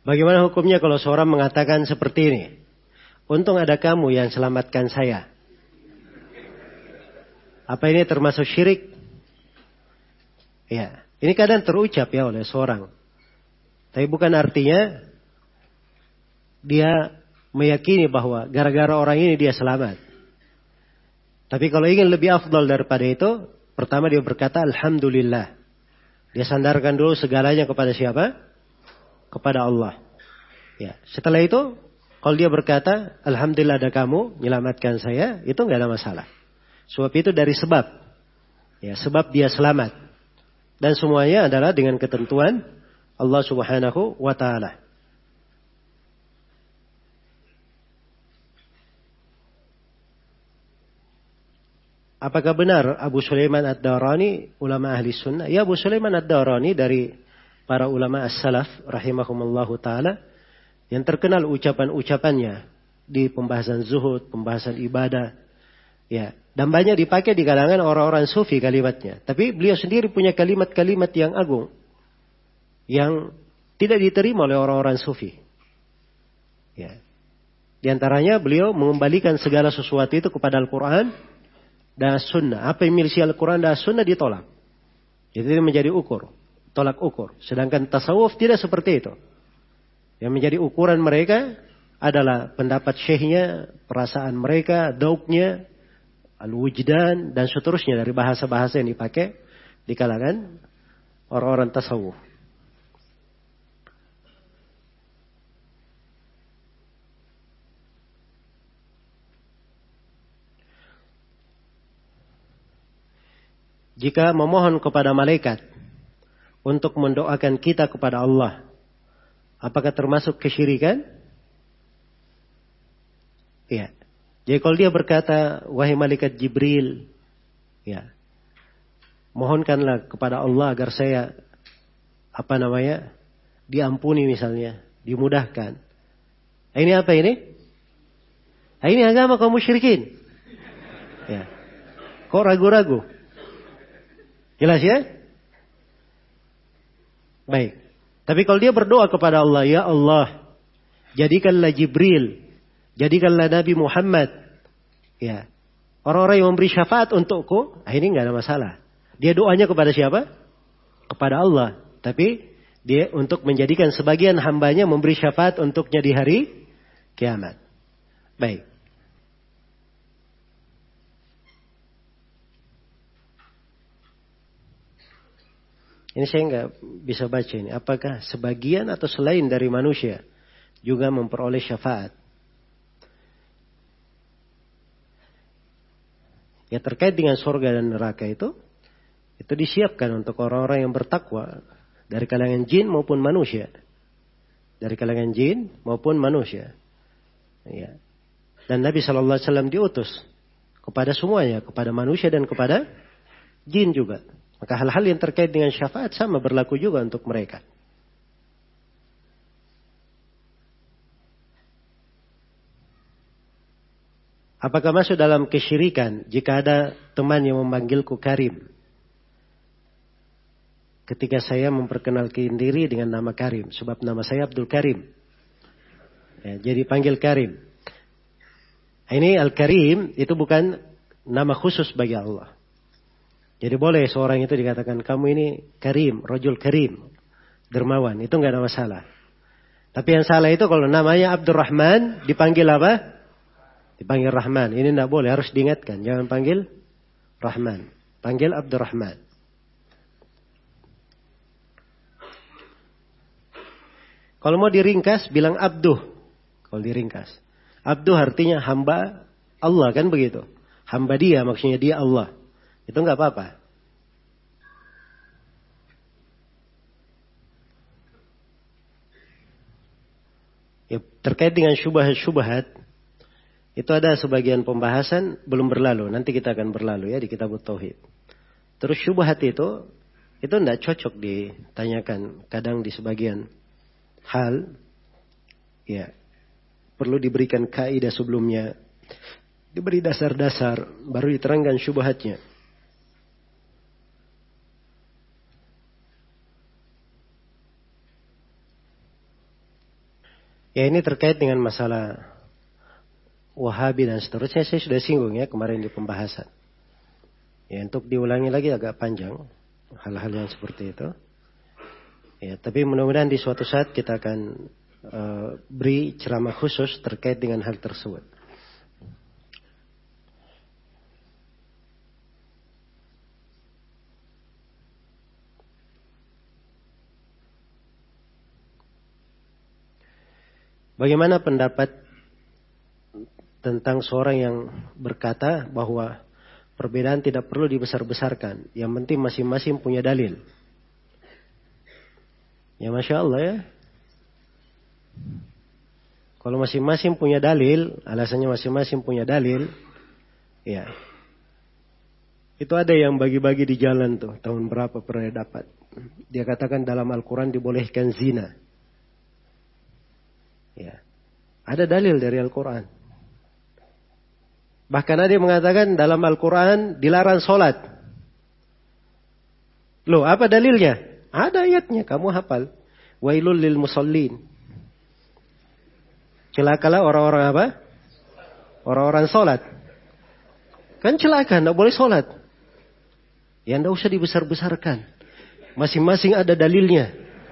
Bagaimana hukumnya kalau seorang mengatakan seperti ini? Untung ada kamu yang selamatkan saya. Apa ini termasuk syirik? Ya, ini kadang terucap ya oleh seorang. Tapi bukan artinya dia meyakini bahwa gara-gara orang ini dia selamat. Tapi kalau ingin lebih afdal daripada itu, pertama dia berkata alhamdulillah. Dia sandarkan dulu segalanya kepada siapa? Kepada Allah. Ya, setelah itu kalau dia berkata alhamdulillah ada kamu menyelamatkan saya, itu nggak ada masalah. Sebab itu dari sebab. Ya, sebab dia selamat. Dan semuanya adalah dengan ketentuan Allah Subhanahu wa taala. Apakah benar Abu Sulaiman Ad-Darani ulama ahli sunnah? Ya, Abu Sulaiman Ad-Darani dari para ulama as-salaf rahimahumullahu ta'ala. Yang terkenal ucapan-ucapannya di pembahasan zuhud, pembahasan ibadah. Ya, dan banyak dipakai di kalangan orang-orang sufi kalimatnya. Tapi beliau sendiri punya kalimat-kalimat yang agung. Yang tidak diterima oleh orang-orang sufi. Ya. Di antaranya beliau mengembalikan segala sesuatu itu kepada Al-Quran dan sunnah. Apa yang milisi Al-Quran dan sunnah ditolak. Jadi itu menjadi ukur. Tolak ukur. Sedangkan tasawuf tidak seperti itu. Yang menjadi ukuran mereka adalah pendapat syekhnya, perasaan mereka, dauknya, al-wujdan, dan seterusnya dari bahasa-bahasa yang dipakai di kalangan orang-orang tasawuf. Jika memohon kepada malaikat untuk mendoakan kita kepada Allah, apakah termasuk kesyirikan? Ya. Jadi kalau dia berkata, wahai malaikat Jibril, ya, mohonkanlah kepada Allah agar saya, diampuni misalnya, dimudahkan. Ini apa ini? Ini agama kaum musyrikin. Ya. Kok ragu-ragu? Jelas ya? Baik. Tapi kalau dia berdoa kepada Allah, ya Allah, jadikanlah Jibril, jadikanlah Nabi Muhammad, ya, orang-orang yang memberi syafaat untukku, ini nggak ada masalah. Dia doanya kepada siapa? Kepada Allah. Tapi dia untuk menjadikan sebagian hambanya memberi syafaat untuknya di hari kiamat. Baik. Ini saya nggak bisa baca ini. Apakah sebagian atau selain dari manusia juga memperoleh syafaat? Ya, terkait dengan surga dan neraka itu disiapkan untuk orang-orang yang bertakwa dari kalangan jin maupun manusia. Dari kalangan jin maupun manusia. Ya. Dan Nabi Shallallahu Alaihi Wasallam diutus kepada semuanya, kepada manusia dan kepada jin juga. Maka hal-hal yang terkait dengan syafaat sama berlaku juga untuk mereka. Apakah masuk dalam kesyirikan jika ada teman yang memanggilku Karim? Ketika saya memperkenalkan diri dengan nama Karim. Sebab nama saya Abdul Karim. Ya, jadi panggil Karim. Ini Al-Karim itu bukan nama khusus bagi Allah. Jadi boleh seorang itu dikatakan kamu ini Karim, rajul Karim, dermawan, itu nggak ada masalah. Tapi yang salah itu kalau namanya Abdurrahman dipanggil apa? Dipanggil Rahman. Ini nggak boleh, harus diingatkan, jangan panggil Rahman, panggil Abdurrahman. Kalau mau diringkas bilang Abduh. Kalau diringkas, Abduh artinya hamba Allah, kan begitu? Hamba dia, maksudnya dia Allah. Itu nggak apa-apa. Ya, terkait dengan syubhat-syubhat, itu ada sebagian pembahasan belum berlalu. Nanti kita akan berlalu ya di Kitab Tauhid. Terus syubhat itu tidak cocok ditanyakan. Kadang di sebagian hal, ya perlu diberikan kaidah sebelumnya, diberi dasar-dasar, baru diterangkan syubhatnya. Ya ini terkait dengan masalah Wahabi dan seterusnya. Saya sudah singgung ya kemarin di pembahasan. Ya untuk diulangi lagi agak panjang hal-hal yang seperti itu. Ya tapi mudah-mudahan di suatu saat kita akan beri ceramah khusus terkait dengan hal tersebut. Bagaimana pendapat tentang seorang yang berkata bahwa perbedaan tidak perlu dibesar-besarkan. Yang penting masing-masing punya dalil. Ya Masya Allah ya. Kalau masing-masing punya dalil, alasannya masing-masing punya dalil, ya. Itu ada yang bagi-bagi di jalan tuh, tahun berapa pernah dapat. Dia katakan dalam Al-Quran dibolehkan zina. Ya. Ada dalil dari Al-Quran. Bahkan ada yang mengatakan dalam Al-Quran dilarang sholat. Loh, apa dalilnya? Ada ayatnya, kamu hafal. Wailul lil musallin. Celakalah orang-orang apa? Orang-orang sholat. Kan celaka, tidak boleh sholat. Ya tidak usah dibesar-besarkan. Masing-masing ada dalilnya.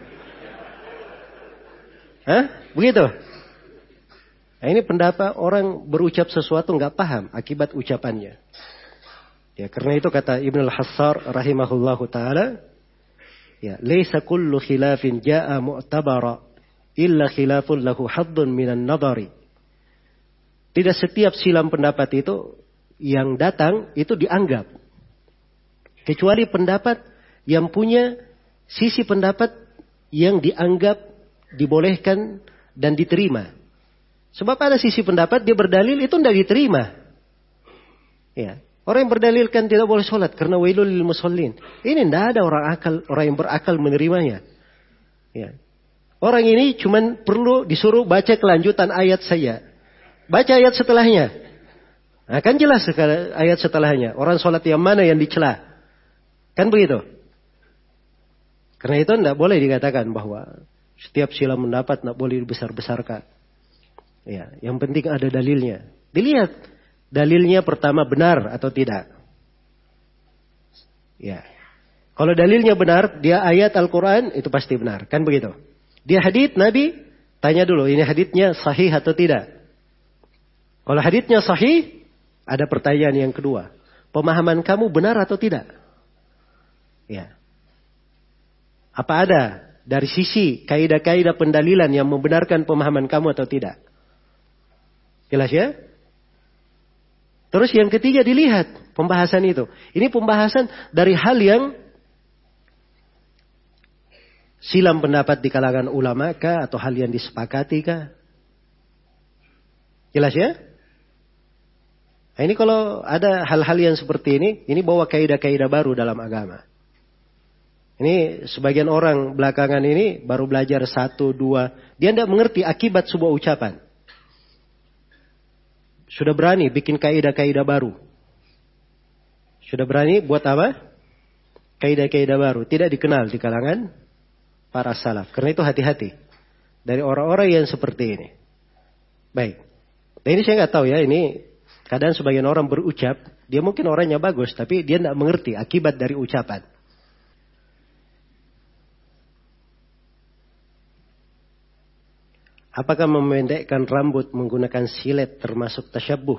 Hah? Begitu? Nah, ini pendapat orang berucap sesuatu nggak paham akibat ucapannya. Ya, karena itu kata Ibnu Al-Hassar rahimahullahu taala, ya, laisa kullu khilafin jaa mu'tabara illa khilafun lahu haddun minan nadari. Tidak setiap silam pendapat itu yang datang itu dianggap. Kecuali pendapat yang punya sisi pendapat yang dianggap dibolehkan dan diterima. Sebab ada sisi pendapat dia berdalil itu tidak diterima. Ya. Orang yang berdalilkan tidak boleh sholat karena wailul lil musallin. Ini tidak ada orang yang berakal menerimanya. Ya. Orang ini cuma perlu disuruh baca kelanjutan ayat saja. Baca ayat setelahnya. Nah, kan jelas ayat setelahnya. Orang sholat yang mana yang dicela. Kan begitu. Karena itu tidak boleh dikatakan bahwa setiap sila pendapat tidak boleh dibesar-besarkan. Ya, yang penting ada dalilnya. Dilihat dalilnya pertama benar atau tidak. Ya. Kalau dalilnya benar, dia ayat Al-Quran itu pasti benar. Kan begitu. Dia hadits Nabi, tanya dulu ini haditsnya sahih atau tidak. Kalau haditsnya sahih, ada pertanyaan yang kedua. Pemahaman kamu benar atau tidak? Ya. Apa ada dari sisi kaidah-kaidah pendalilan yang membenarkan pemahaman kamu atau tidak? Jelas ya? Terus yang ketiga dilihat pembahasan itu. Ini pembahasan dari hal yang silam pendapat di kalangan ulama kah atau hal yang disepakati kah? Jelas ya? Nah, ini kalau ada hal-hal yang seperti ini bawa kaidah-kaidah baru dalam agama. Ini sebagian orang belakangan ini baru belajar 1, 2. Dia tidak mengerti akibat sebuah ucapan. Sudah berani bikin kaidah-kaidah baru. Sudah berani buat apa? Kaidah-kaidah baru. Tidak dikenal di kalangan para salaf. Karena itu hati-hati. Dari orang-orang yang seperti ini. Baik. Nah ini saya nggak tahu ya. Ini kadang sebagian orang berucap. Dia mungkin orangnya bagus. Tapi dia tidak mengerti akibat dari ucapan. Apakah memendekkan rambut menggunakan silet termasuk tasyabbuh?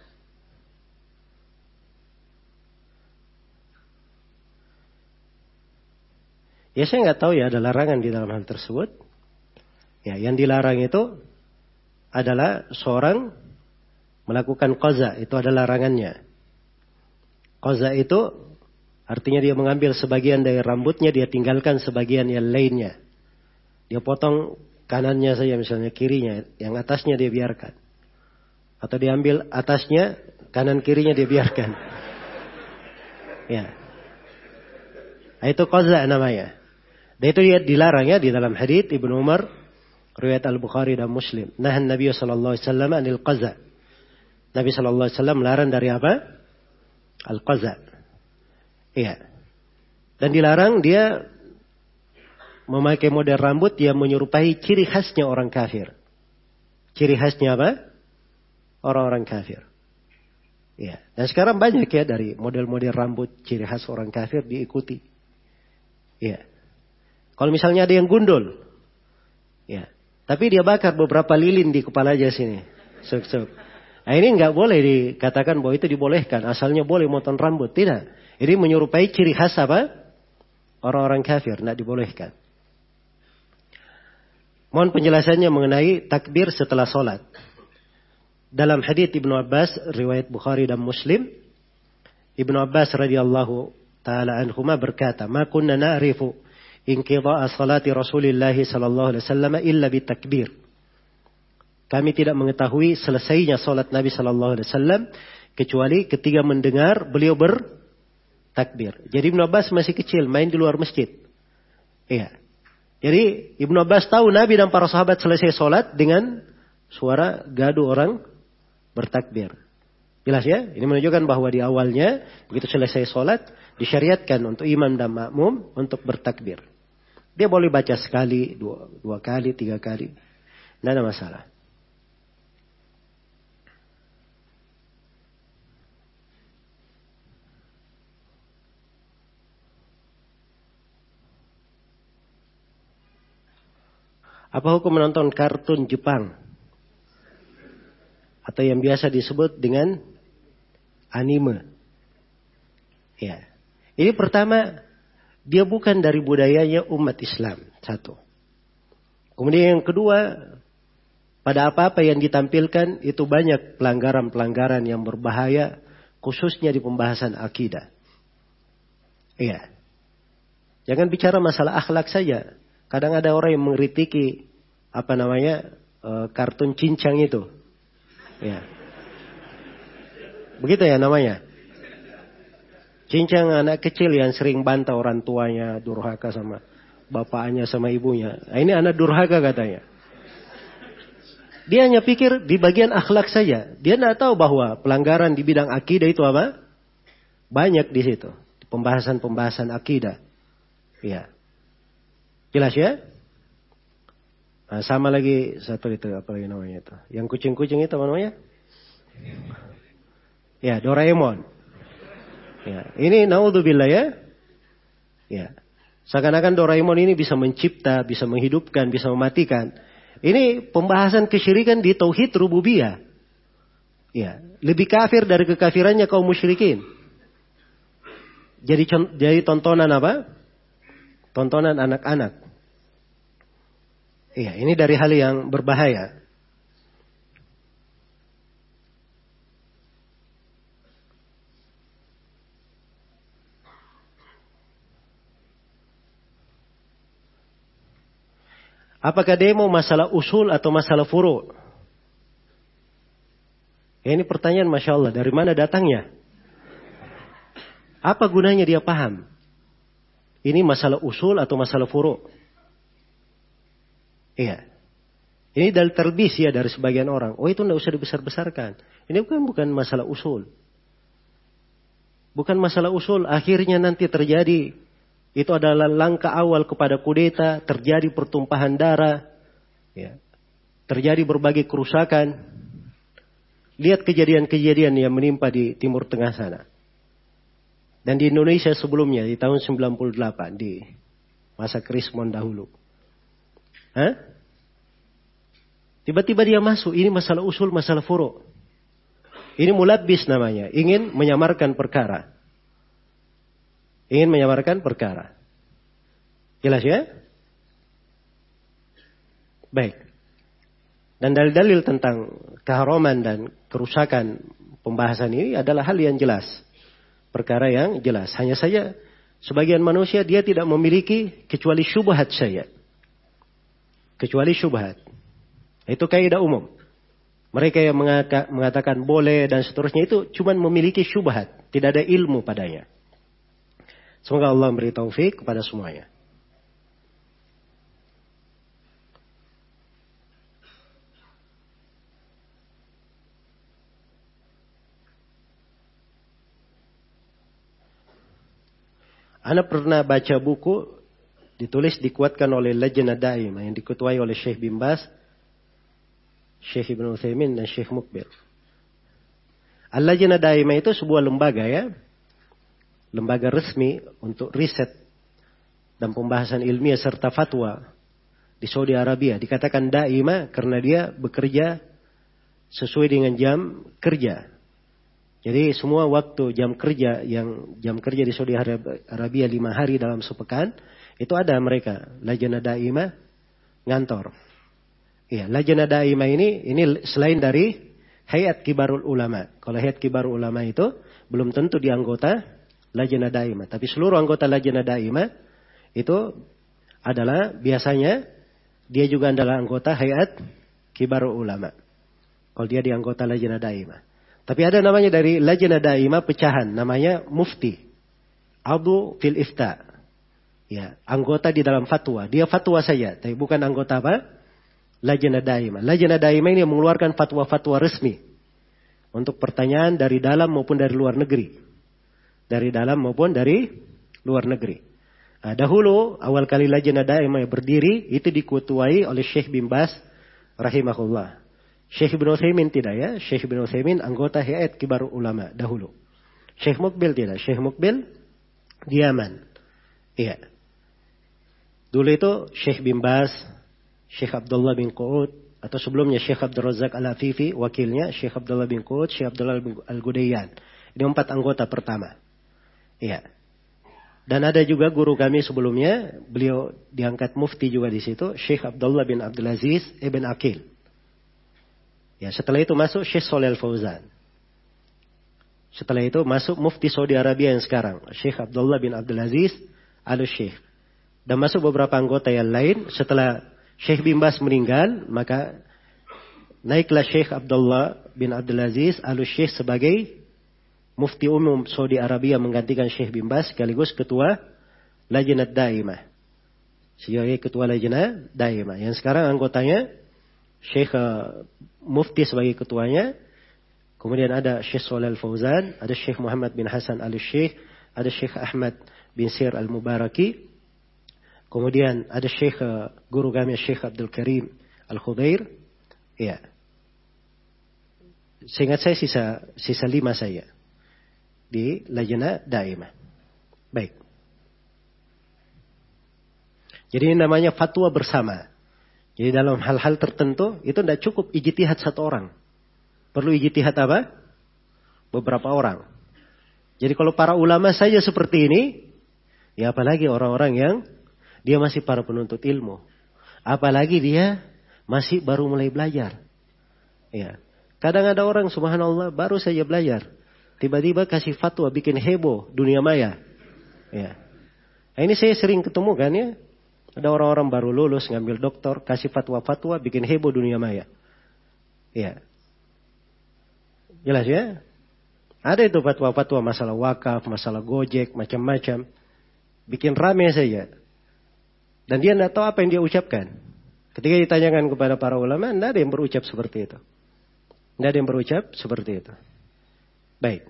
Ya saya nggak tahu ya ada larangan di dalam hal tersebut. Ya yang dilarang itu adalah seorang melakukan qaza, itu ada larangannya. Qaza itu artinya dia mengambil sebagian dari rambutnya, dia tinggalkan sebagian yang lainnya. Dia potong kanannya saja misalnya, kirinya, yang atasnya dia biarkan. Atau diambil atasnya, kanan kirinya dia biarkan. Ya. Nah, itu qaza namanya. Dan itu dia dilarang ya di dalam hadits Ibnu Umar, riwayat Al-Bukhari dan Muslim. Nahan Nabi sallallahu alaihi wasallam anil qaza. Nabi sallallahu alaihi wasallam melarang dari apa? Al-qaza. Iya. Dan dilarang dia memakai model rambut yang menyerupai ciri khasnya orang kafir. ciri khasnya apa? Orang-orang kafir. Ya. Dan sekarang banyak ya dari model-model rambut ciri khas orang kafir diikuti. Ya. Kalau misalnya ada yang gundul, ya. Tapi dia bakar beberapa lilin di kepalanya sini. Sok-sok. Nah ini nggak boleh dikatakan bahwa itu dibolehkan. Asalnya boleh motong rambut. Tidak. Ini menyerupai ciri khas apa? Orang-orang kafir. Nggak dibolehkan. Mohon penjelasannya mengenai takbir setelah sholat. Dalam hadits Ibnu Abbas, riwayat Bukhari dan Muslim, Ibnu Abbas radhiyallahu taala anhuma berkata, "Ma kunna na'rifu inqidha'a salati Rasulillah sallallahu alaihi wasallam illa bitakbir." Kami tidak mengetahui selesainya salat Nabi sallallahu alaihi wasallam kecuali ketika mendengar beliau bertakbir. Jadi Ibnu Abbas masih kecil, main di luar masjid. Iya. Jadi Ibnu Abbas tahu Nabi dan para sahabat selesai salat dengan suara gaduh orang bertakbir. Jelas ya? Ini menunjukkan bahwa di awalnya begitu selesai sholat disyariatkan untuk imam dan makmum untuk bertakbir. Dia boleh baca sekali, dua kali, 3 kali. Tidak ada masalah. Apa hukum menonton kartun Jepang? Atau yang biasa disebut dengan anime. Ya. Ini pertama, dia bukan dari budayanya umat Islam. 1. Kemudian yang kedua, pada apa-apa yang ditampilkan itu banyak pelanggaran-pelanggaran yang berbahaya, khususnya di pembahasan akidah. Iya. Jangan bicara masalah akhlak saja. Kadang ada orang yang mengkritiki kartun cincang itu. Ya. Begitu ya namanya. Cincang anak kecil yang sering bantah orang tuanya, durhaka sama bapaknya sama ibunya. Nah, ini anak durhaka katanya. Dia hanya pikir di bagian akhlak saja. Dia tidak tahu bahwa pelanggaran di bidang akidah itu apa? Banyak di situ. Pembahasan-pembahasan akidah. Ya. Jelas ya? Nah, sama lagi satu itu apa lagi namanya itu? Yang kucing-kucing itu apa namanya? Ya, Doraemon. Ya, ini naudzubillah ya. Ya. Seakan-akan Doraemon ini bisa mencipta, bisa menghidupkan, bisa mematikan. Ini pembahasan kesyirikan di tauhid rububiyah. Ya, lebih kafir dari kekafirannya kaum musyrikin. Jadi tontonan apa? Tontonan anak-anak. Iya, ini dari hal yang berbahaya. Apakah demo masalah usul atau masalah furu'? Ini pertanyaan Masya Allah, dari mana datangnya? Apa gunanya dia paham? Ini masalah usul atau masalah furu'? Iya. Ini dalil terbis ya dari sebagian orang. Oh itu tidak usah dibesar-besarkan. Ini bukan masalah usul. Bukan masalah usul. Akhirnya nanti terjadi. Itu adalah langkah awal kepada kudeta. Terjadi pertumpahan darah. Ya. Terjadi berbagai kerusakan. Lihat kejadian-kejadian yang menimpa di Timur Tengah sana. Dan di Indonesia sebelumnya. Di tahun 98. Di masa Krismon dahulu. Hah? Tiba-tiba dia masuk. Ini masalah usul, masalah furu'. Ini mulabbis namanya. Ingin menyamarkan perkara. Ingin menyamarkan perkara. Jelas ya? Baik. Dan dalil-dalil tentang keharaman dan kerusakan pembahasan ini adalah hal yang jelas. Perkara yang jelas. Hanya saja sebagian manusia dia tidak memiliki kecuali syubhat saja. Kecuali syubhat. Itu kaidah umum. Mereka yang mengatakan boleh dan seterusnya itu cuma memiliki syubhat. Tidak ada ilmu padanya. Semoga Allah memberi taufik kepada semuanya. Ana pernah baca buku ditulis dikuatkan oleh Lajnah Daimah yang diketuai oleh Syekh bin Baz Syekh Ibnu Utsaimin dan Syekh Mukbil. Al-Lajnah Daimah itu sebuah lembaga ya. Lembaga resmi untuk riset dan pembahasan ilmiah serta fatwa di Saudi Arabia. Dikatakan daimah karena dia bekerja sesuai dengan jam kerja. Jadi semua waktu jam kerja di Saudi Arabia 5 hari dalam sepekan, itu ada mereka. Lajnah Daimah ngantor. Iya, Lajnah Daimah ini selain dari Hayat Kibarul Ulama. Kalau Hayat Kibarul Ulama itu belum tentu dianggota Lajnah Daimah. Tapi seluruh anggota Lajnah Daimah itu adalah biasanya dia juga adalah anggota Hayat Kibarul Ulama. Kalau dia di anggota Lajnah Daimah. Tapi ada namanya dari Lajnah Daimah pecahan. Namanya Mufti. Abu fil Ifta. Ya, anggota di dalam fatwa. Dia fatwa saja. Tapi bukan anggota apa? Lajnah Daimah. Lajnah Daimah ini mengeluarkan fatwa-fatwa resmi. Untuk pertanyaan dari dalam maupun dari luar negeri. Dari dalam maupun dari luar negeri. Nah, dahulu awal kali Lajnah Daimah berdiri. Itu diketuai oleh Syekh bin Baz rahimahullah. Syekh Ibnu Utsaimin tidak ya. Syekh Ibnu Utsaimin anggota Hayat Kibarul Ulama dahulu. Syekh Mukbil tidak. Syekh Mukbil di Yaman. Iya. Dulu itu Syekh bin Baz, Syekh Abdullah bin Qu'ud, atau sebelumnya Syekh Abdul Razak Al-Afifi, wakilnya Syekh Abdullah bin Qu'ud, Syekh Abdullah bin Al-Gudayyan. Ini 4 anggota pertama. Iya. Dan ada juga guru kami sebelumnya, beliau diangkat mufti juga di situ, Syekh Abdullah bin Abdul Aziz Ibn Aqil. Ya, setelah itu masuk Syekh Shalih Al-Fauzan. Setelah itu masuk mufti Saudi Arabia yang sekarang, Syekh Abdullah bin Abdul Aziz Al-Syekh. Dan masuk beberapa anggota yang lain. Setelah Syekh bin Baz meninggal, maka naiklah Syekh Abdullah bin Abdul Aziz Al-Syekh sebagai mufti umum Saudi Arabia menggantikan Syekh bin Baz sekaligus ketua Lajnah Daimah. Sebagai ketua Lajnah Daimah. Yang sekarang anggotanya Syekh Mufti sebagai ketuanya. Kemudian ada Syekh Shalih Al-Fauzan, ada Syekh Muhammad bin Hasan Al-Syekh, ada Syekh Ahmad bin Sir Al-Mubaraki. Kemudian ada Syekh guru kami Syekh Abdul Karim Al-Khudair. Ya. Seingat saya sisa 5 saya di Lajnah Daimah. Baik. Jadi ini namanya fatwa bersama. Jadi dalam hal-hal tertentu itu tidak cukup ijtihad satu orang. Perlu ijtihad apa? Beberapa orang. Jadi kalau para ulama saja seperti ini, ya apalagi orang-orang yang dia masih para penuntut ilmu. Apalagi dia masih baru mulai belajar. Ya. Kadang ada orang subhanallah baru saja belajar. Tiba-tiba kasih fatwa bikin heboh dunia maya. Ya. Nah, ini saya sering ketemu kan ya. Ada orang-orang baru lulus ngambil doktor, kasih fatwa-fatwa, bikin heboh dunia maya. Ya. Jelas ya? Ada itu fatwa-fatwa masalah wakaf, masalah gojek, macam-macam. Bikin rame saja. Dan dia tidak tahu apa yang dia ucapkan. Ketika ditanyakan kepada para ulama, tidak ada yang berucap seperti itu. Tidak ada yang berucap seperti itu. Baik.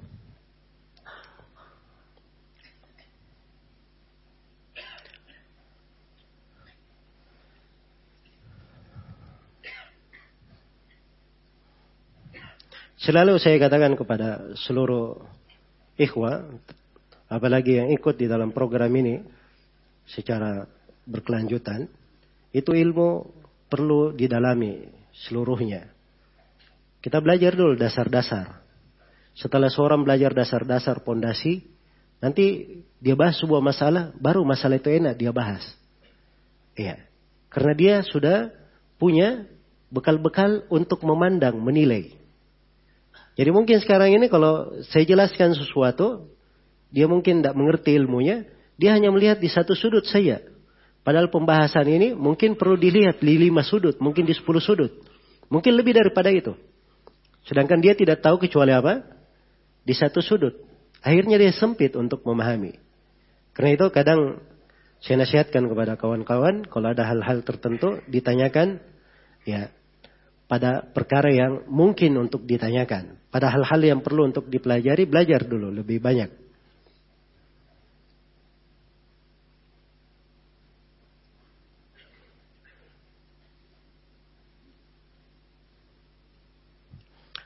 Selalu saya katakan kepada seluruh ikhwah, apalagi yang ikut di dalam program ini secara berkelanjutan, itu ilmu perlu didalami seluruhnya. Kita belajar dulu dasar-dasar. Setelah seorang belajar dasar-dasar pondasi, nanti dia bahas sebuah masalah, baru masalah itu enak dia bahas. Iya. Karena dia sudah punya bekal-bekal untuk memandang, menilai. Jadi mungkin sekarang ini kalau saya jelaskan sesuatu, dia mungkin tidak mengerti ilmunya, dia hanya melihat di satu sudut saja. Padahal pembahasan ini mungkin perlu dilihat di 5 sudut, mungkin di 10 sudut. Mungkin lebih daripada itu. Sedangkan dia tidak tahu kecuali apa? Di satu sudut. Akhirnya dia sempit untuk memahami. Karena itu kadang saya nasihatkan kepada kawan-kawan, kalau ada hal-hal tertentu ditanyakan, ya pada perkara yang mungkin untuk ditanyakan. Pada hal-hal yang perlu untuk dipelajari, belajar dulu lebih banyak.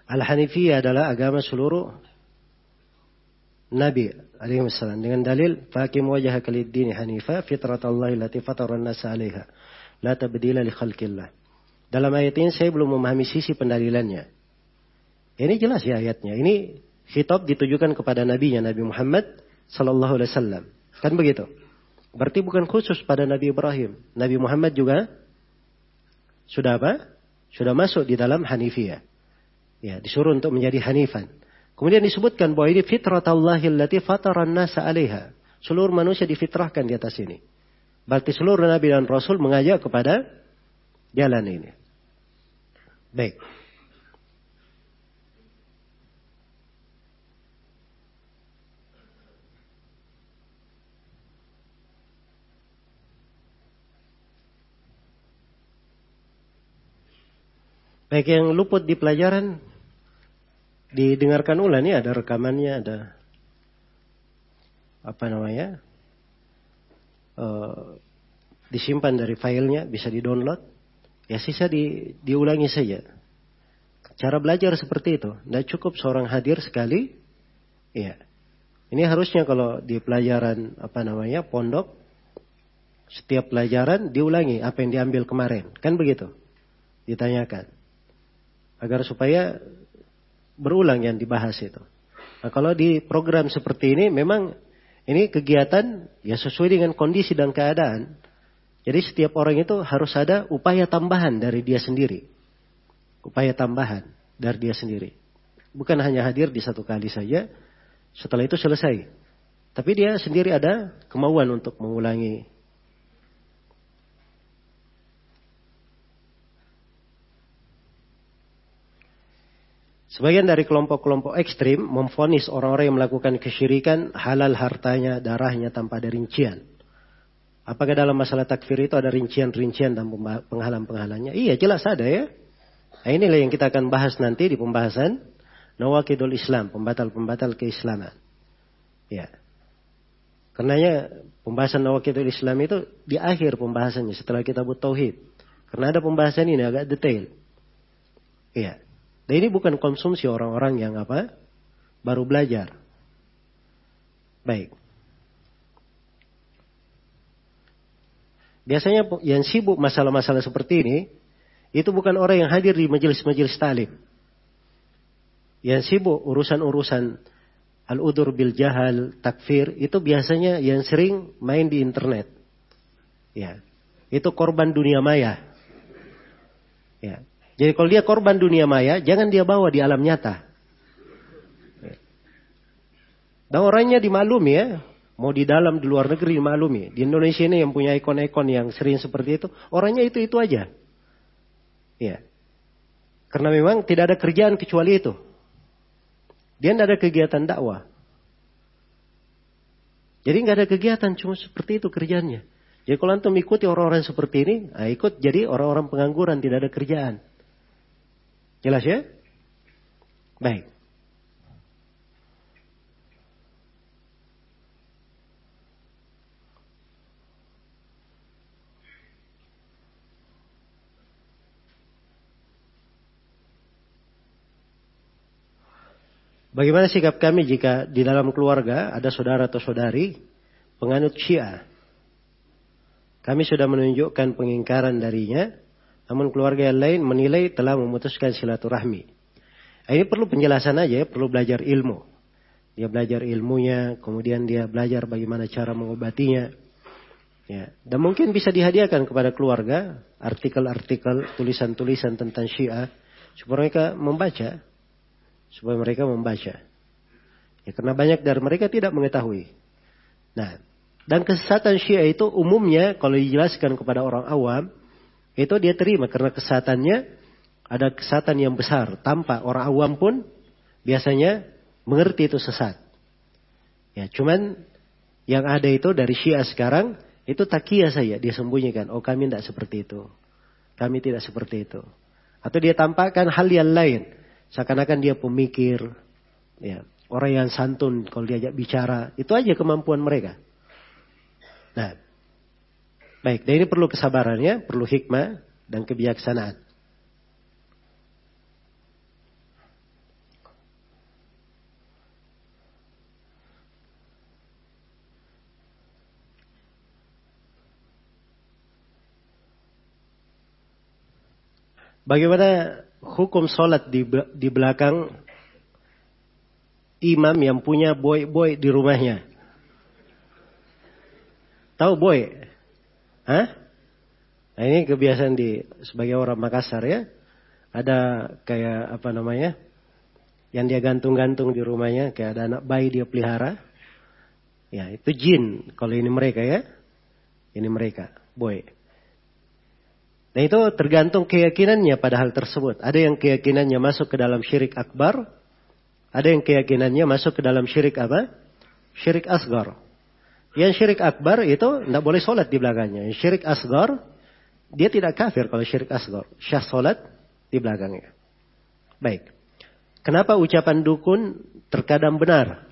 Al-Hanifiyah adalah agama seluruh Nabi alaihi wasallam dengan dalil faqim wajhaka lid-din hanifa fitratallahi allati fatara an-nasa 'alaiha la tabdila li khalqillah. Dalam ayat ini saya belum memahami sisi pendalilannya. Ini jelas ya ayatnya. Ini khitab ditujukan kepada nabinya Nabi Muhammad sallallahu alaihi wasallam. Kan begitu? Berarti bukan khusus pada Nabi Ibrahim. Nabi Muhammad juga sudah apa? Sudah masuk di dalam Hanifiyah. Ya, disuruh untuk menjadi hanifan. Kemudian disebutkan bahwa ini fitratallahi allati fataran nasa 'alaiha. Seluruh manusia difitrahkan di atas ini. Berarti seluruh nabi dan rasul mengajak kepada jalan ini. Baik. Baik, yang luput di pelajaran didengarkan ulang ya, ada rekamannya, ada apa namanya, disimpan dari filenya, bisa di-download. Ya sisa diulangi saja. Cara belajar seperti itu, tidak cukup seorang hadir sekali. Ya, ini harusnya kalau di pelajaran apa namanya pondok, setiap pelajaran diulangi apa yang diambil kemarin, kan begitu? Ditanyakan, agar supaya berulang yang dibahas itu. Nah, kalau di program seperti ini memang ini kegiatan ya sesuai dengan kondisi dan keadaan. Jadi setiap orang itu harus ada upaya tambahan dari dia sendiri. Upaya tambahan dari dia sendiri. Bukan hanya hadir di satu kali saja, setelah itu selesai. Tapi dia sendiri ada kemauan untuk mengulangi. Sebagian dari kelompok-kelompok ekstrim memvonis orang-orang yang melakukan kesyirikan halal hartanya, darahnya tanpa ada rincian. Apakah dalam masalah takfir itu ada rincian-rincian dan penghalang-penghalangnya? Iya, jelas ada ya. Nah, inilah yang kita akan bahas nanti di pembahasan Nawaqidul Islam, pembatal-pembatal keislaman. Ya. Karenanya pembahasan Nawaqidul Islam itu di akhir pembahasannya setelah kita buat tauhid. Karena ada pembahasan ini agak detail. Iya. Dan ini bukan konsumsi orang-orang yang apa? Baru belajar. Baik. Biasanya yang sibuk masalah-masalah seperti ini, itu bukan orang yang hadir di majelis-majelis talim. Yang sibuk urusan-urusan al-udur bil jahal, takfir, itu biasanya yang sering main di internet. Ya. Itu korban dunia maya. Ya. Jadi kalau dia korban dunia maya, jangan dia bawa di alam nyata. Dan orangnya dimaklumi ya. Mau di dalam, di luar negeri dimaklumi. Di Indonesia ini yang punya ikon-ikon yang sering seperti itu, orangnya itu-itu aja. Ya. Karena memang tidak ada kerjaan kecuali itu. Dia tidak ada kegiatan dakwah. Jadi nggak ada kegiatan, cuma seperti itu kerjaannya. Jadi kalau antum ikuti orang-orang seperti ini, ikut jadi orang-orang pengangguran, tidak ada kerjaan. Jelas ya? Baik. Bagaimana sikap kami jika di dalam keluarga ada saudara atau saudari penganut Syiah? Kami sudah menunjukkan pengingkaran darinya, namun keluarga yang lain menilai telah memutuskan silaturahmi. Ini perlu penjelasan aja ya, perlu belajar ilmu. Dia belajar ilmunya, kemudian dia belajar bagaimana cara mengobatinya. Ya. Dan mungkin bisa dihadiahkan kepada keluarga artikel-artikel, tulisan-tulisan tentang Syiah supaya mereka membaca. Ya, karena banyak dari mereka tidak mengetahui. Nah, dan kesesatan Syiah itu umumnya kalau dijelaskan kepada orang awam, itu dia terima karena kesesatannya ada kesesatan yang besar. Tanpa orang awam pun biasanya mengerti itu sesat. Ya, cuman yang ada itu dari Syiah sekarang itu takiyah saja dia sembunyikan. Oh, kami tidak seperti itu. Kami tidak seperti itu. Atau dia tampakkan hal yang lain. Seakan-akan dia pemikir. Ya, orang yang santun kalau diajak bicara. Itu aja kemampuan mereka. Nah, baik, dan ini perlu kesabarannya, perlu hikmah dan kebijaksanaan. Bagaimana hukum sholat di belakang imam yang punya boy di rumahnya? Tahu boy? Hah? Nah, ini kebiasaan sebagai orang Makassar ya. Ada kayak apa namanya? Yang dia gantung-gantung di rumahnya, kayak ada anak bayi dia pelihara. Ya, itu jin. Kalau ini mereka ya. Ini mereka, boy. Nah, itu tergantung keyakinannya pada hal tersebut. Ada yang keyakinannya masuk ke dalam syirik akbar. Ada yang keyakinannya masuk ke dalam syirik apa? Syirik asgar. Yang syirik akbar itu tidak boleh sholat di belakangnya. Yang syirik asgar, dia tidak kafir kalau syirik asgar. Syah sholat di belakangnya. Baik. Kenapa ucapan dukun terkadang benar?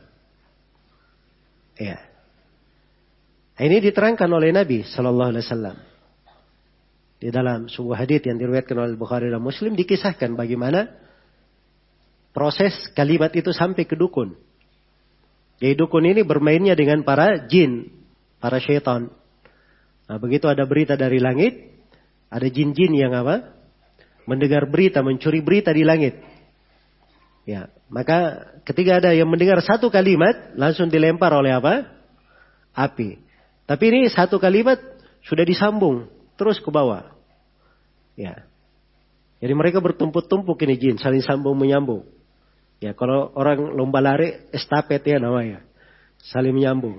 Ya. Ini diterangkan oleh Nabi Sallallahu Alaihi Wasallam. Di dalam sebuah hadits yang diriwayatkan oleh Bukhari dan Muslim dikisahkan bagaimana proses kalimat itu sampai ke dukun. Jadi dukun ini bermainnya dengan para jin, para syaitan. Nah, begitu ada berita dari langit, ada jin-jin yang apa? Mendengar berita, mencuri berita di langit. Ya, maka ketika ada yang mendengar satu kalimat, langsung dilempar oleh apa? Api. Tapi ini satu kalimat sudah disambung terus ke bawah. Ya. Jadi mereka bertumpuk-tumpuk ini jin, saling sambung menyambung. Ya, kalau orang lomba lari estafet ya namanya. Saling menyambung.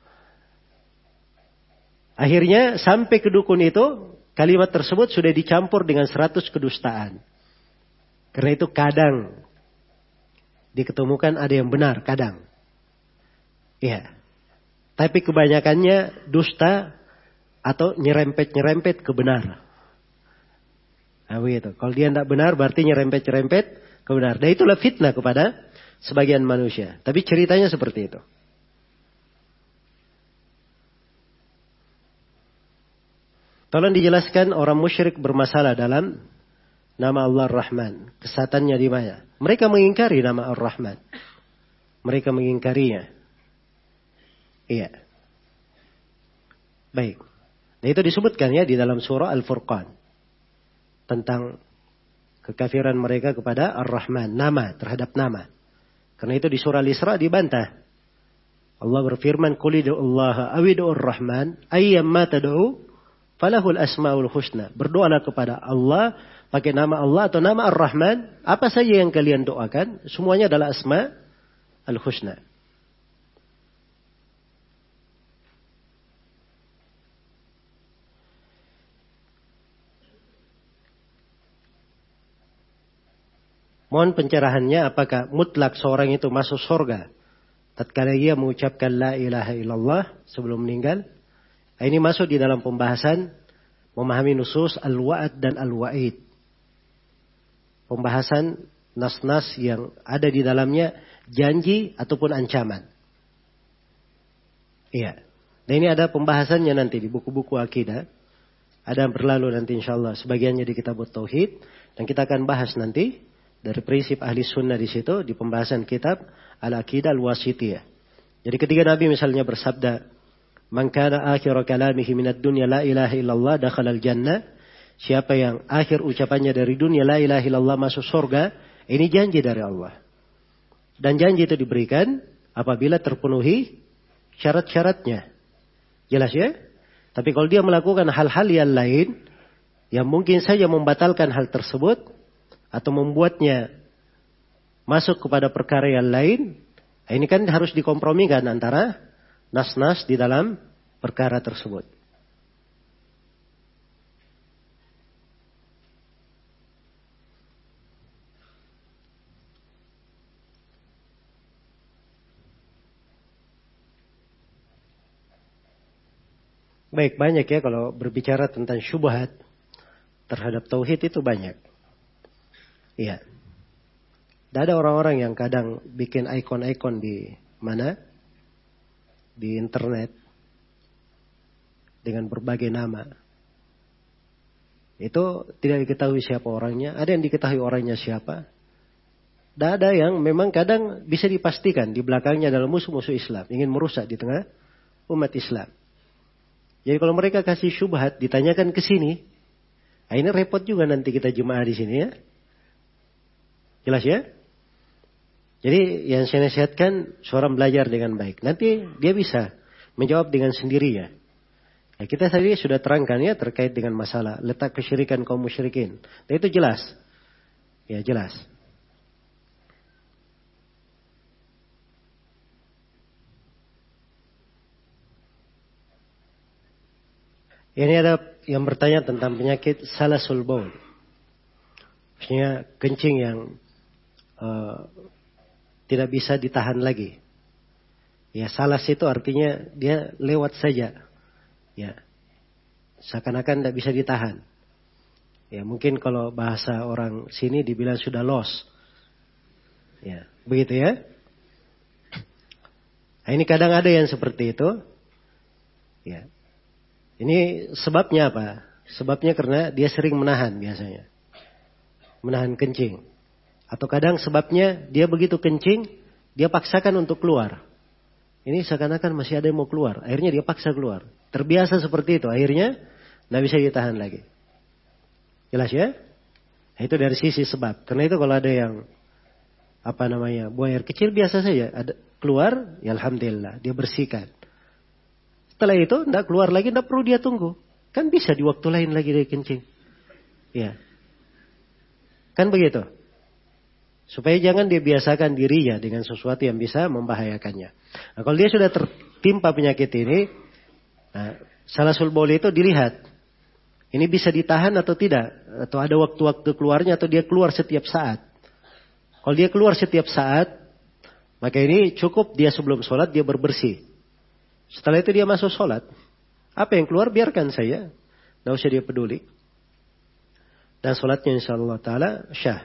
Akhirnya sampai ke dukun itu, kalimat tersebut sudah dicampur dengan 100 kedustaan. Karena itu kadang diketemukan ada yang benar, kadang. Ya. Tapi kebanyakannya dusta atau nyerempet-nyerempet ke benar. Nah begitu. Kalau dia tidak benar berarti nyerempet-nyerempet ke benar. Dan itulah fitnah kepada sebagian manusia. Tapi ceritanya seperti itu. Tolong dijelaskan orang musyrik bermasalah dalam nama Allah Ar-Rahman. Kesatannya di mana? Mereka mengingkari nama Ar-Rahman. Mereka mengingkarinya. Iya. Baik. Nah itu disebutkan ya di dalam surah Al-Furqan. Tentang kekafiran mereka kepada Ar-Rahman. Nama, terhadap nama. Karena itu di surah Al-Isra dibantah. Allah berfirman, Qul idu'ullaha awidu'ur Rahman, ayyamma tad'u, falahul asma'ul husna. Berdoalah kepada Allah, pakai nama Allah atau nama Ar-Rahman. Apa saja yang kalian doakan, semuanya adalah asma' al-husna. Mohon pencerahannya apakah mutlak seorang itu masuk surga tatkala ia mengucapkan la ilaha illallah sebelum meninggal? Ini masuk di dalam pembahasan memahami nusus al-wa'ad dan al-wa'id. Pembahasan nas-nas yang ada di dalamnya janji ataupun ancaman. Iya. Nah ini ada pembahasannya nanti di buku-buku akidah. Ada yang berlalu nanti insyaallah sebagiannya di kitab Tauhid dan kita akan bahas nanti dari prinsip ahli sunnah di situ di pembahasan kitab Al-Aqidah Al-Wasithiyah. Jadi ketika Nabi misalnya bersabda, "Man kana akhiru kalamihi minad dunya la ilaha illallah dakhala al-jannah." Siapa yang akhir ucapannya dari dunia la ilaha illallah masuk surga, ini janji dari Allah. Dan janji itu diberikan apabila terpenuhi syarat-syaratnya. Jelas ya? Tapi kalau dia melakukan hal-hal yang lain yang mungkin saja membatalkan hal tersebut atau membuatnya masuk kepada perkara yang lain, ini kan harus dikompromikan antara nas-nas di dalam perkara tersebut. Baik, banyak ya kalau berbicara tentang syubhat terhadap tauhid itu banyak. Iya. Dan ada orang-orang yang kadang bikin ikon-ikon di mana? Di internet. Dengan berbagai nama. Itu tidak diketahui siapa orangnya. Ada yang diketahui orangnya siapa. Dan ada yang memang kadang bisa dipastikan di belakangnya adalah musuh-musuh Islam. Ingin merusak di tengah umat Islam. Jadi kalau mereka kasih syubhat, ditanyakan ke sini. Nah, ini repot juga nanti kita jemaah di sini ya. Jelas ya? Jadi yang saya nasihatkan seorang belajar dengan baik. Nanti dia bisa menjawab dengan sendirinya. Ya, kita tadi sudah terangkan ya terkait dengan masalah letak kesyirikan kaum musyrikin. Dan itu jelas. Ya jelas. Ini ada yang bertanya tentang penyakit salasul baul. Maksudnya kencing yang tidak bisa ditahan lagi. Ya salas itu artinya dia lewat saja. Ya, seakan-akan tidak bisa ditahan. Ya mungkin kalau bahasa orang sini dibilang sudah los. Ya, begitu ya. Nah, ini kadang ada yang seperti itu. Ya, ini sebabnya apa? Sebabnya karena dia sering menahan biasanya, menahan kencing. Atau kadang sebabnya dia begitu kencing, dia paksakan untuk keluar. Ini seakan-akan masih ada yang mau keluar. Akhirnya dia paksa keluar. Terbiasa seperti itu. Akhirnya tidak bisa ditahan lagi. Jelas ya? Nah, itu dari sisi sebab. Karena itu kalau ada yang buang air kecil biasa saja. Ada keluar, ya alhamdulillah. Dia bersihkan. Setelah itu tidak keluar lagi, tidak perlu dia tunggu. Kan bisa di waktu lain lagi dia kencing. Ya. Kan begitu. Supaya jangan dia biasakan dirinya dengan sesuatu yang bisa membahayakannya. Nah, kalau dia sudah tertimpa penyakit ini, nah, salasul baul itu dilihat. Ini bisa ditahan atau tidak. Atau ada waktu-waktu keluarnya atau dia keluar setiap saat. Kalau dia keluar setiap saat, maka ini cukup dia sebelum sholat dia berbersih. Setelah itu dia masuk sholat. Apa yang keluar biarkan saja. Tidak usah dia peduli. Dan sholatnya insyaAllah ta'ala syah.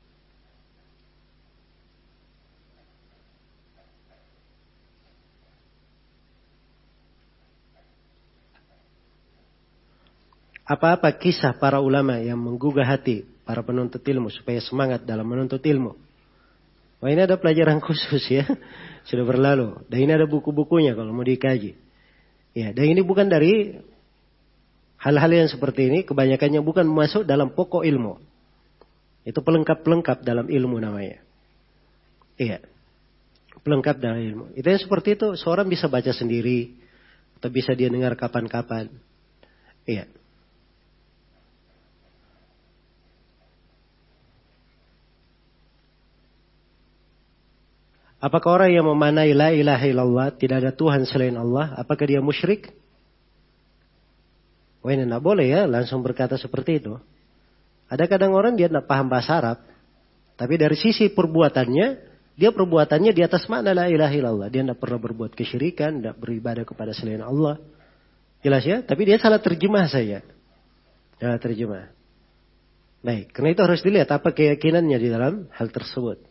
Apa-apa kisah para ulama yang menggugah hati para penuntut ilmu supaya semangat dalam menuntut ilmu. Wah, ini ada pelajaran khusus ya. Sudah berlalu. Dan ini ada buku-bukunya kalau mau dikaji. Ya, dan ini bukan dari hal-hal yang seperti ini. Kebanyakannya bukan masuk dalam pokok ilmu. Itu pelengkap-pelengkap dalam ilmu namanya. Iya. Pelengkap dalam ilmu. Itu yang seperti itu seorang bisa baca sendiri. Atau bisa dia dengar kapan-kapan. Iya. Apakah orang yang memanai la ilaha illallah, tidak ada Tuhan selain Allah, apakah dia musyrik? Wah, ini tidak boleh ya, langsung berkata seperti itu. Ada kadang orang dia tidak paham bahasa Arab, tapi dari sisi perbuatannya, dia perbuatannya di atas makna la ilaha illallah. Dia tidak pernah berbuat kesyirikan, tidak beribadah kepada selain Allah. Jelas ya, tapi dia salah terjemah saja. Salah terjemah. Baik, karena itu harus dilihat apa keyakinannya di dalam hal tersebut.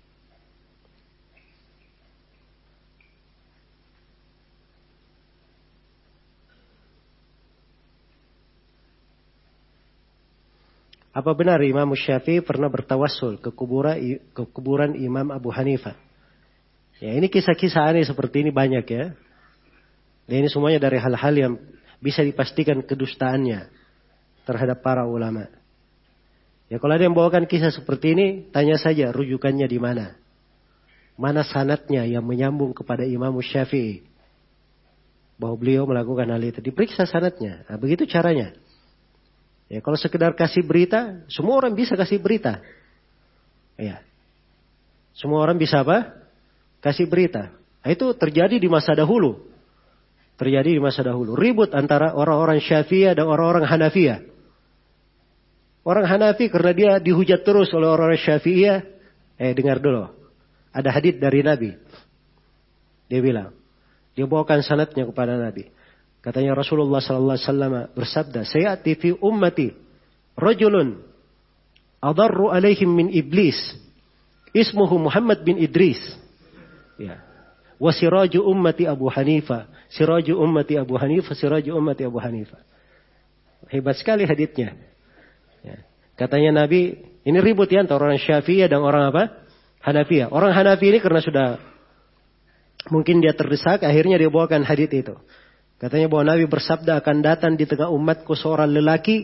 Apa benar Imam Syafi'i pernah bertawassul ke kuburan Imam Abu Hanifah? Ya, ini kisah-kisah aneh seperti ini banyak ya. Dan ini semuanya dari hal-hal yang bisa dipastikan kedustaannya terhadap para ulama. Ya, kalau ada yang bawakan kisah seperti ini, tanya saja rujukannya di mana. Mana sanadnya yang menyambung kepada Imam Syafi'i. Bahwa beliau melakukan hal itu. Diperiksa sanadnya. Nah, begitu caranya. Ya, kalau sekedar kasih berita, semua orang bisa kasih berita. Ya. Semua orang bisa apa? Kasih berita. Nah, itu terjadi di masa dahulu. Terjadi di masa dahulu. Ribut antara orang-orang Syafi'iyah dan orang-orang Hanafiyah. Orang Hanafi karena dia dihujat terus oleh orang-orang Syafi'iyah. Dengar dulu. Ada hadits dari Nabi. Dia bilang. Dia bawakan sanadnya kepada Nabi. Katanya Rasulullah sallallahu alaihi wasallam bersabda, "Sayati fi ummati rajulun adarru alaihim min iblis, ismuhu Muhammad bin Idris." Ya. Wa siraju ummati Abu Hanifah, siraju ummati Abu Hanifah, siraju ummati Abu Hanifah. Hebat sekali haditsnya. Ya. Katanya Nabi, ini ribut ya antara orang Syafi'iyah dan orang apa? Hanafiyah. Orang Hanafi ini karena sudah mungkin dia terdesak, akhirnya dia bawakan hadits itu. Katanya bahwa Nabi bersabda akan datang di tengah umatku seorang lelaki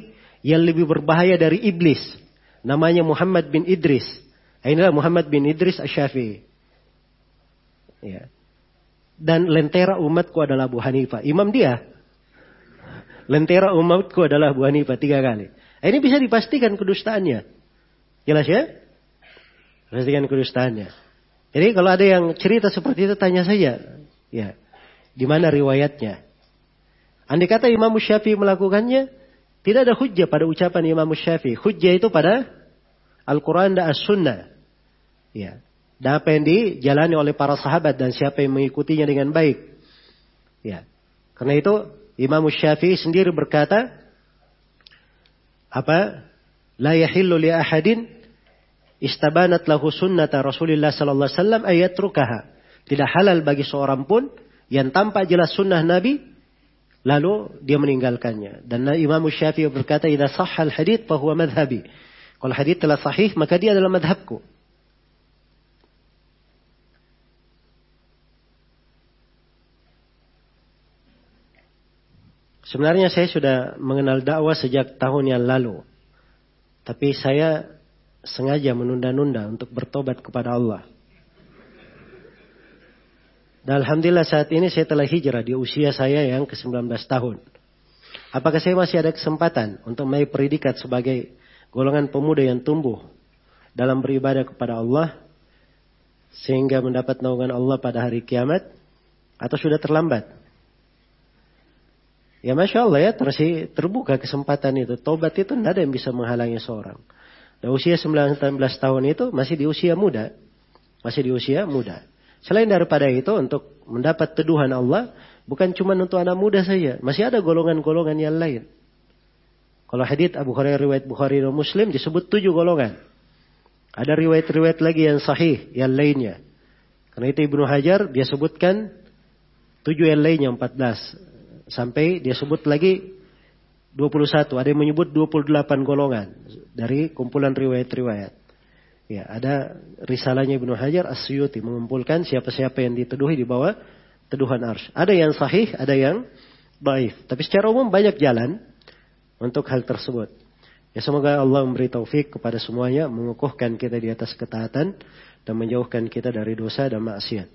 yang lebih berbahaya dari iblis. Namanya Muhammad bin Idris. Inilah Muhammad bin Idris Asy-Syafi'i. Ya. Dan lentera umatku adalah Abu Hanifah. Imam dia. Lentera umatku adalah Abu Hanifah 3 kali. Ini bisa dipastikan kedustaannya. Jelas ya? Pastikan kedustaannya. Jadi kalau ada yang cerita seperti itu tanya saja. Ya. Di mana riwayatnya? Andai kata Imam Syafi'i melakukannya, tidak ada hujjah pada ucapan Imam Syafi'i. Hujjah itu pada Al-Quran dan As-Sunnah. Ya. Dan apa yang dijalani oleh para sahabat dan siapa yang mengikutinya dengan baik. Ya. Karena itu Imam Syafi'i sendiri berkata, la yahillu li ahadin istabanat lahu sunnata Rasulullah sallallahu alaihi wasallam ayatrukaha. Tidak halal bagi seorang pun yang tampak jelas sunnah Nabi lalu dia meninggalkannya. Dan Imam Syafi'i berkata, idza sahhal hadits fa huwa madhhabi. Kalau hadits telah sahih maka dia adalah madhabku. Sebenarnya saya sudah mengenal dakwah sejak tahun yang lalu. Tapi saya sengaja menunda-nunda untuk bertobat kepada Allah. Dan alhamdulillah saat ini saya telah hijrah di usia saya yang ke-19 tahun. Apakah saya masih ada kesempatan untuk meraih predikat sebagai golongan pemuda yang tumbuh dalam beribadah kepada Allah sehingga mendapat naungan Allah pada hari kiamat, atau sudah terlambat? Ya Masya Allah ya, terbuka kesempatan itu. Tobat itu tidak ada yang bisa menghalangi seorang. Dan usia 19 tahun itu masih di usia muda. Masih di usia muda. Selain daripada itu, untuk mendapat teduhan Allah, bukan cuma untuk anak muda saja. Masih ada golongan-golongan yang lain. Kalau hadits Abu Hurairah riwayat Bukhari dan Muslim disebut 7 golongan. Ada riwayat-riwayat lagi yang sahih, yang lainnya. Karena itu Ibnu Hajar dia sebutkan 7 yang lainnya 14. Sampai dia sebut lagi 21. Ada yang menyebut 28 golongan dari kumpulan riwayat-riwayat. Ya, ada risalahnya Ibnu Hajar As-Suyuti mengumpulkan siapa-siapa yang diteduhi di bawah teduhan arsy. Ada yang sahih, ada yang dhaif. Tapi secara umum banyak jalan untuk hal tersebut. Ya, semoga Allah memberi taufik kepada semuanya, mengukuhkan kita di atas ketaatan dan menjauhkan kita dari dosa dan maksiat.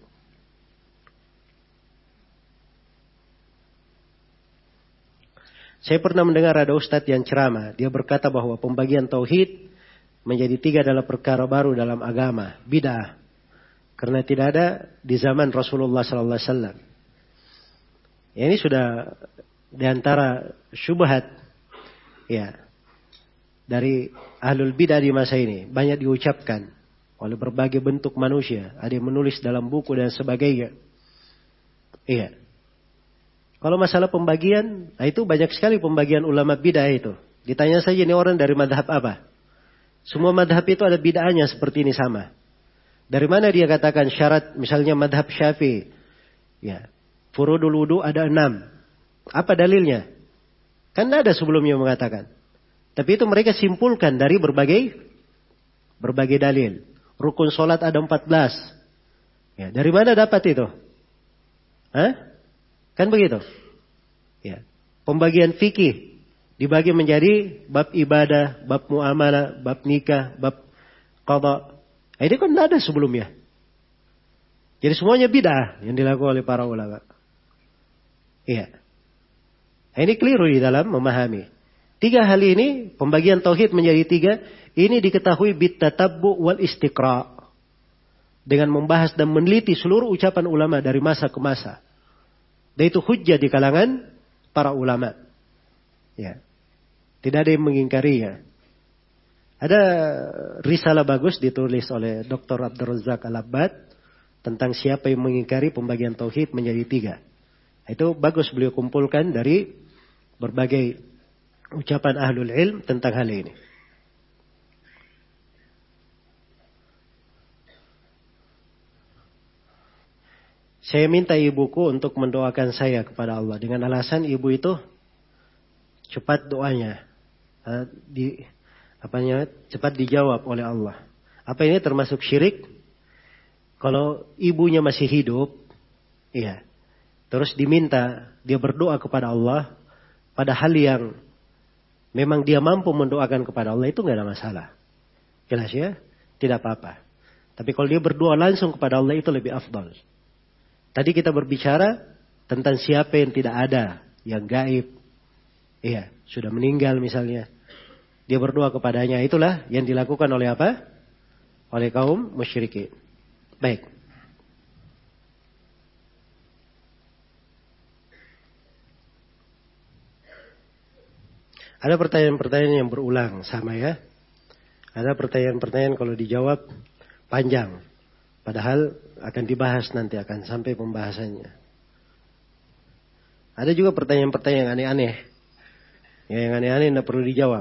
Saya pernah mendengar ada ustadz yang ceramah. Dia berkata bahwa pembagian tauhid menjadi 3 adalah perkara baru dalam agama, bid'ah. Karena tidak ada di zaman Rasulullah sallallahu alaihi wasallam. Ya, ini sudah di antara syubhat ya dari ahlul bid'ah di masa ini, banyak diucapkan oleh berbagai bentuk manusia. Ada yang menulis dalam buku dan sebagainya. Iya. Kalau masalah pembagian, itu banyak sekali pembagian ulama bid'ah itu. Ditanya saja ini orang dari madhab apa? Semua madhab itu ada bid'ahnya seperti ini sama. Dari mana dia katakan syarat misalnya madhab Syafi'i? Ya, furudul wudu ada 6. Apa dalilnya? Kan tidak ada sebelumnya mengatakan. Tapi itu mereka simpulkan dari berbagai dalil. Rukun solat ada 14. Ya, dari mana dapat itu? Hah? Kan begitu? Ya. Pembagian fikih dibagi menjadi bab ibadah, bab muamalah, bab nikah, bab qada. Ini kan tidak ada sebelumnya. Jadi semuanya bid'ah yang dilakukan oleh para ulama. Iya. Ini keliru di dalam memahami. 3 hal ini, pembagian tauhid menjadi 3, ini diketahui bitatabbu wal istiqra. Dengan membahas dan meneliti seluruh ucapan ulama dari masa ke masa. Dan itu hujjah di kalangan para ulama. Ya. Tidak ada yang mengingkarinya. Ada risalah bagus ditulis oleh Dr. Abdul Razak Al-Abbad tentang siapa yang mengingkari pembagian tauhid menjadi 3. Itu bagus beliau kumpulkan dari berbagai ucapan ahlul ilm tentang hal ini. Saya minta ibuku untuk mendoakan saya kepada Allah dengan alasan ibu itu cepat doanya, cepat dijawab oleh Allah. Apa ini termasuk syirik? Kalau ibunya masih hidup, iya, terus diminta dia berdoa kepada Allah pada hal yang memang dia mampu mendoakan kepada Allah, itu nggak ada masalah. Jelas ya? Tidak apa-apa. Tapi kalau dia berdoa langsung kepada Allah itu lebih afdal. Tadi kita berbicara tentang siapa yang tidak ada, yang gaib. Iya, sudah meninggal misalnya. Dia berdoa kepadanya, itulah yang dilakukan oleh apa? Oleh kaum musyrikin. Baik. Ada pertanyaan-pertanyaan yang berulang sama ya. Ada pertanyaan-pertanyaan kalau dijawab panjang. Padahal akan dibahas nanti, akan sampai pembahasannya. Ada juga pertanyaan-pertanyaan yang aneh-aneh. Ya, yang aneh-aneh tidak perlu dijawab.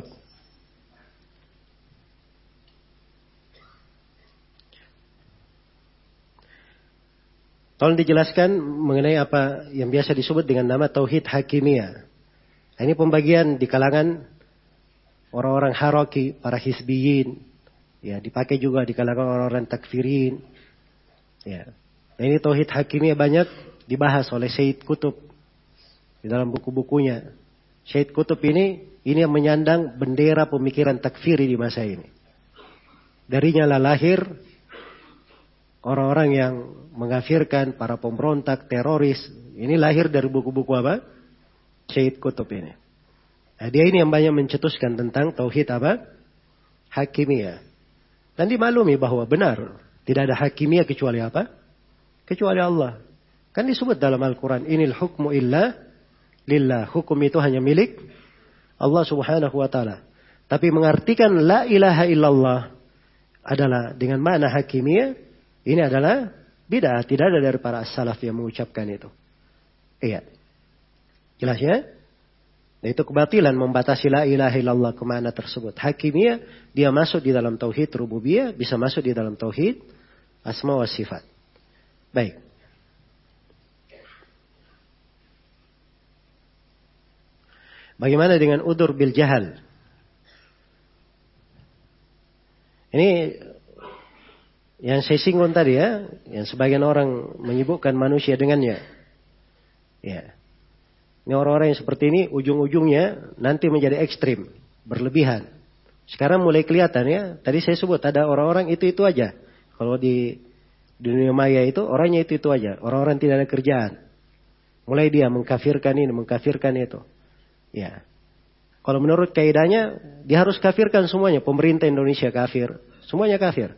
Tolong dijelaskan mengenai apa yang biasa disebut dengan nama Tauhid Hakimiyah. Nah, ini pembagian di kalangan orang-orang Haraki, para Hizbiyin. Ya, dipakai juga di kalangan orang-orang Takfirin. Ya. Nah, ini Tauhid Hakimiyah banyak dibahas oleh Syed Qutb di dalam buku-bukunya. Syed Qutb ini yang menyandang bendera pemikiran takfiri di masa ini. Darinya lah lahir orang-orang yang mengkafirkan, para pemberontak, teroris. Ini lahir dari buku-buku apa? Syed Qutb ini. Nah, dia ini yang banyak mencetuskan tentang tauhid apa? Hakimiyah. Dan dimaklumi bahwa benar, tidak ada hakimiyah kecuali apa? Kecuali Allah. Kan disebut dalam Al-Quran, inil hukmu illa lillah. Hukum itu hanya milik Allah subhanahu wa ta'ala. Tapi mengartikan la ilaha illallah adalah dengan makna hakimiyah, ini adalah bid'ah. Tidak ada dari para as-salaf yang mengucapkan itu. Iya. Jelas ya? Nah, itu kebatilan membatasi la ilaha illallah ke makna tersebut. Hakimiyah, dia masuk di dalam tauhid rububiyah, bisa masuk di dalam tauhid asma wa sifat. Baik. Bagaimana dengan udur bil jahal? Ini yang saya singgung tadi ya, yang sebagian orang menyibukkan manusia dengannya. Ya. Ini orang-orang yang seperti ini ujung-ujungnya nanti menjadi ekstrim, berlebihan. Sekarang mulai kelihatan ya, tadi saya sebut ada orang-orang itu aja. Kalau di dunia maya itu orangnya itu aja, orang-orang tidak ada kerjaan. Mulai dia mengkafirkan ini, mengkafirkan itu. Ya. Kalau menurut kaidahnya dia harus kafirkan semuanya, pemerintah Indonesia kafir, semuanya kafir.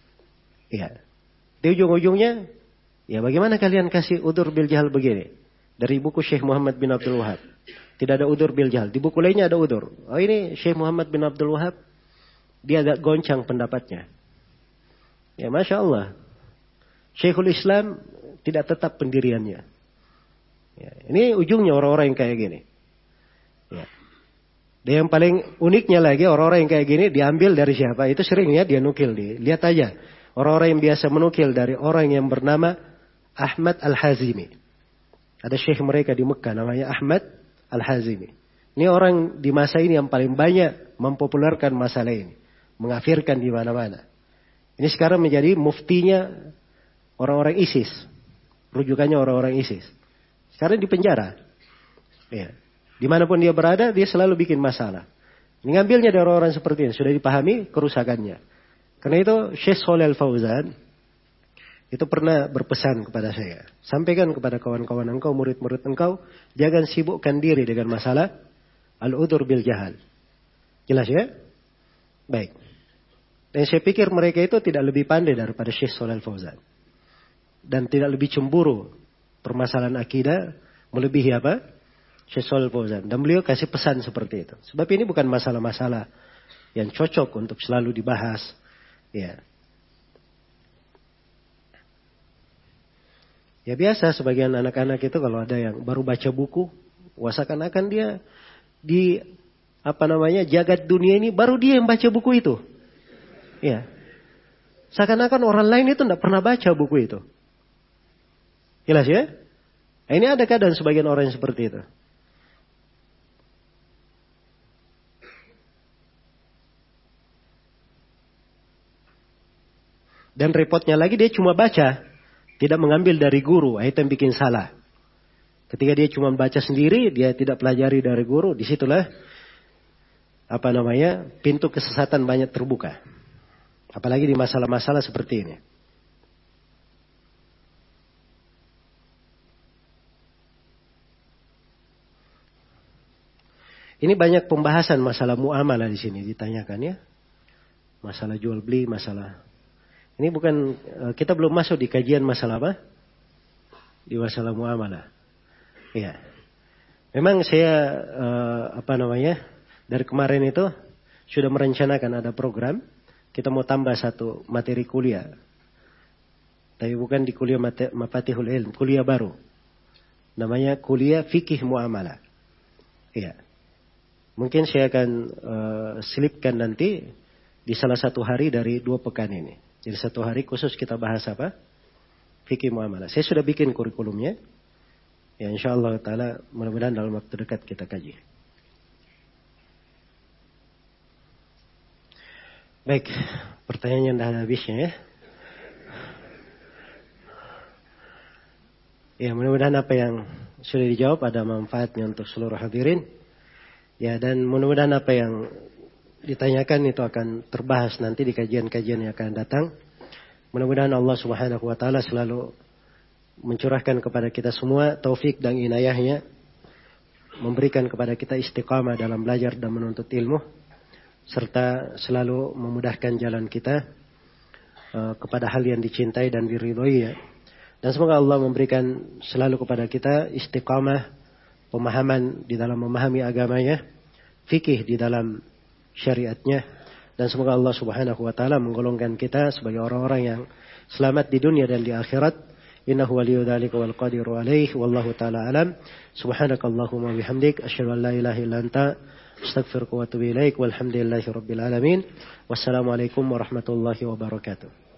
Ya. Di ujung-ujungnya, ya bagaimana kalian kasih udur bil jahal begini? Dari buku Syekh Muhammad bin Abdul Wahab. Tidak ada udur bil jahal. Di buku lainnya ada udur. Oh, ini Syekh Muhammad bin Abdul Wahab, dia agak goncang pendapatnya. Ya Masya Allah. Syekhul Islam tidak tetap pendiriannya. Ya, ini ujungnya orang-orang yang kayak gini. Ya. Dan yang paling uniknya lagi orang-orang yang kayak gini diambil dari siapa? Itu sering ya dia nukil. Lihat aja. Orang-orang yang biasa menukil dari orang yang bernama Ahmad Al-Hazimi. Ada syekh mereka di Mekah namanya Ahmad Al-Hazimi. Ini orang di masa ini yang paling banyak mempopulerkan masalah ini. Mengafirkan di mana-mana. Ini sekarang menjadi muftinya orang-orang ISIS. Rujukannya orang-orang ISIS. Sekarang di penjara. Ya. Dimanapun dia berada, dia selalu bikin masalah. Ini ngambilnya dari orang-orang seperti ini. Sudah dipahami kerusakannya. Karena itu Syekh Shalih Al-Fauzan itu pernah berpesan kepada saya. Sampaikan kepada kawan-kawan engkau, murid-murid engkau, jangan sibukkan diri dengan masalah al-udur bil jahal. Jelas ya? Baik. Dan saya pikir mereka itu tidak lebih pandai daripada Syekh Shalih Al-Fauzan. Dan tidak lebih cemburu permasalahan akidah melebihi apa? Syekh Shalih Al-Fauzan. Dan beliau kasih pesan seperti itu. Sebab ini bukan masalah-masalah yang cocok untuk selalu dibahas. Ya. Ya biasa sebagian anak-anak itu kalau ada yang baru baca buku, seakan-akan dia di jagat dunia ini baru dia yang baca buku itu. Ya. Seakan-akan orang lain itu tidak pernah baca buku itu. Jelas ya? Nah, ini ada keadaan sebagian orang yang seperti itu. Dan repotnya lagi dia cuma baca. Tidak mengambil dari guru, itu yang bikin salah. Ketika dia cuma baca sendiri, dia tidak pelajari dari guru, disitulah pintu kesesatan banyak terbuka. Apalagi di masalah-masalah seperti ini. Ini banyak pembahasan masalah muamalah di sini ditanyakan ya. Masalah jual beli, masalah. Ini bukan, kita belum masuk di kajian masalah apa? Di masalah muamalah. Iya. Memang saya dari kemarin itu sudah merencanakan ada program. Kita mau tambah satu materi kuliah. Tapi bukan di kuliah Mafatihul Ilm, kuliah baru. Namanya kuliah fikih muamalah. Iya. Mungkin saya akan selipkan nanti di salah satu hari dari 2 pekan ini. Jadi 1 hari khusus kita bahas apa? Fikih muamalah. Saya sudah bikin kurikulumnya. Ya insyaallah ta'ala mudah-mudahan dalam waktu dekat kita kaji. Baik, pertanyaannya dah habisnya ya. Ya mudah-mudahan apa yang sudah dijawab ada manfaatnya untuk seluruh hadirin. Ya dan mudah-mudahan apa yang ditanyakan itu akan terbahas nanti di kajian-kajian yang akan datang. Mudah-mudahan Allah Subhanahu wa taala selalu mencurahkan kepada kita semua taufik dan inayahnya, memberikan kepada kita istiqamah dalam belajar dan menuntut ilmu, serta selalu memudahkan jalan kita kepada hal yang dicintai dan diridhoi ya. Dan semoga Allah memberikan selalu kepada kita istiqamah, pemahaman di dalam memahami agamanya, fikih di dalam syariatnya, dan semoga Allah Subhanahu wa taala menggolongkan kita sebagai orang-orang yang selamat di dunia dan di akhirat. Innahu waliyyu dzalika wal qadiru alaihi wallahu taala alam. Subhanakallahumma bihamdik asyhadu an la ilaha illa anta astaghfiruka wa atubu ilaik walhamdulillahi rabbil alamin. Wassalamualaikum warahmatullahi wabarakatuh.